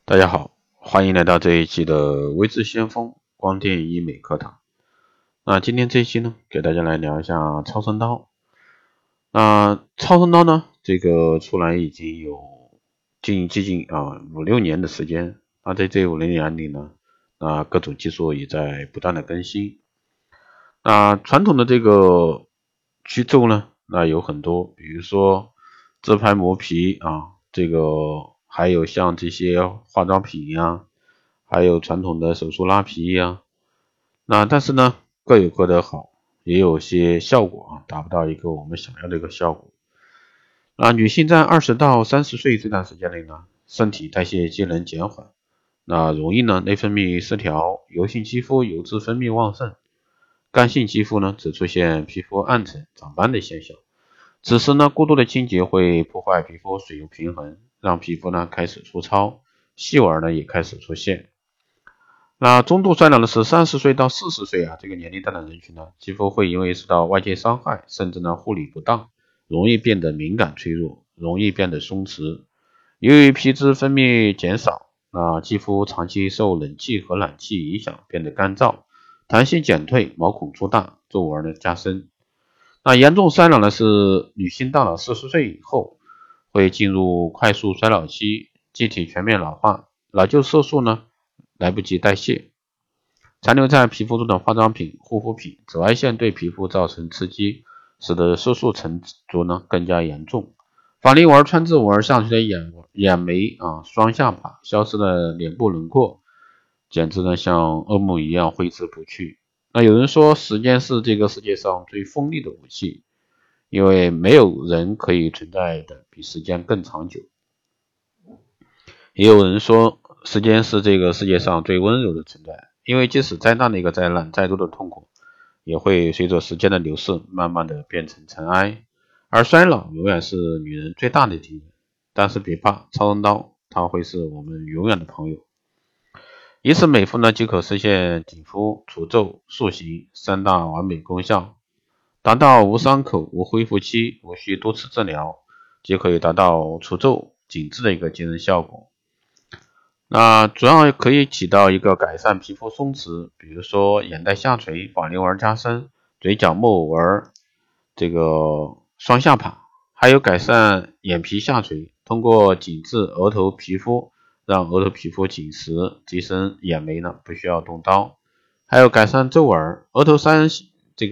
大家好，欢迎来到这一期的微智先锋光电医美课堂。那今天这一期呢，给大家来聊一下超声刀。那超声刀呢，这个出来已经有接近5-6年的时间。那在这5-6年里呢，各种技术也在不断的更新。那传统的这个虚皱呢，有很多，比如说自拍磨皮这个还有像这些化妆品还有传统的手术拉皮但是呢各有各的好，也有些效果达不到一个我们想要的一个效果。女性在20到30岁这段时间内呢，身体代谢机能减缓，容易呢内分泌失调，油性肌肤油脂分泌旺盛，干性肌肤呢只出现皮肤暗沉长斑的现象。此时呢过度的清洁会破坏皮肤水油平衡，让皮肤呢开始粗糙，细纹呢也开始出现。中度衰老的是30岁到40岁这个年龄段的人群呢，肌肤会因为受到外界伤害，甚至呢护理不当，容易变得敏感脆弱，容易变得松弛。由于皮脂分泌减少，肌肤长期受冷气和暖气影响变得干燥，弹性减退，毛孔粗大，皱纹呢加深。严重衰老呢是女性到了40岁以后，会进入快速衰老期，机体全面老化，老旧色素呢来不及代谢，残留在皮肤中的化妆品、护肤品、紫外线对皮肤造成刺激，使得色素沉着呢更加严重。法令纹、川字纹、上垂的眼眉双下巴，消失的脸部轮廓，简直呢像噩梦一样挥之不去。有人说时间是这个世界上最锋利的武器，因为没有人可以存在的比时间更长久。也有人说时间是这个世界上最温柔的存在，因为即使再大的一个灾难，再多的痛苦，也会随着时间的流逝慢慢的变成尘埃。而衰老永远是女人最大的敌人，但是别怕，超声刀它会是我们永远的朋友。一次美肤呢即可实现紧肤、除皱、塑形3大完美功效，达到无伤口、无恢复期，无需多次治疗，即可以达到除皱紧致的一个惊人效果。主要可以起到一个改善皮肤松弛，比如说眼袋下垂、法令纹加深、嘴角木偶纹、这个双下巴，还有改善眼皮下垂，通过紧致额头皮肤，让额头皮肤紧实，提升眼眉呢不需要动刀，还有改善皱纹，额头三形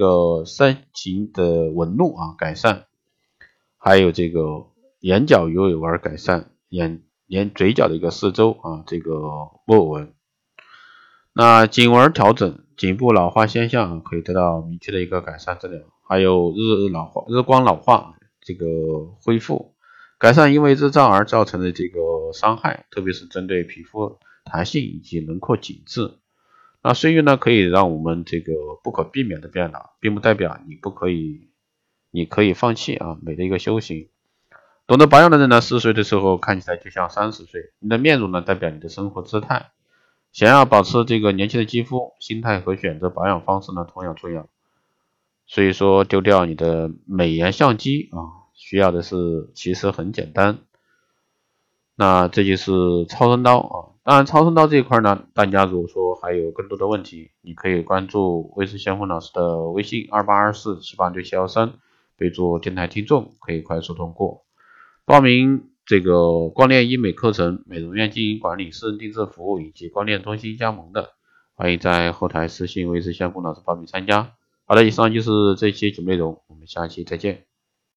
的纹路改善，还有这个眼角鱼尾纹改善，连嘴角的一个四周这个木偶纹。颈纹调整，颈部老化现象可以得到明确的一个改善治疗，还有日光老化这个恢复，改善因为日照而造成的这个伤害，特别是针对皮肤弹性以及轮廓紧致。岁月呢可以让我们这个不可避免的变老，并不代表你可以放弃美的一个修行。懂得保养的人呢，40岁的时候看起来就像30岁，你的面容呢代表你的生活姿态。想要保持这个年轻的肌肤，心态和选择保养方式呢同样重要。所以说丢掉你的美颜相机需要的是其实很简单。这就是超声刀当然超声刀这一块呢，大家如果说还有更多的问题，你可以关注微智先锋老师的微信2824786713，备注电台听众，可以快速通过。报名这个光电医美课程、美容院经营管理、私人定制服务以及光电中心加盟的，欢迎在后台私信微智先锋老师报名参加。好的，以上就是这期节目内容，我们下期再见。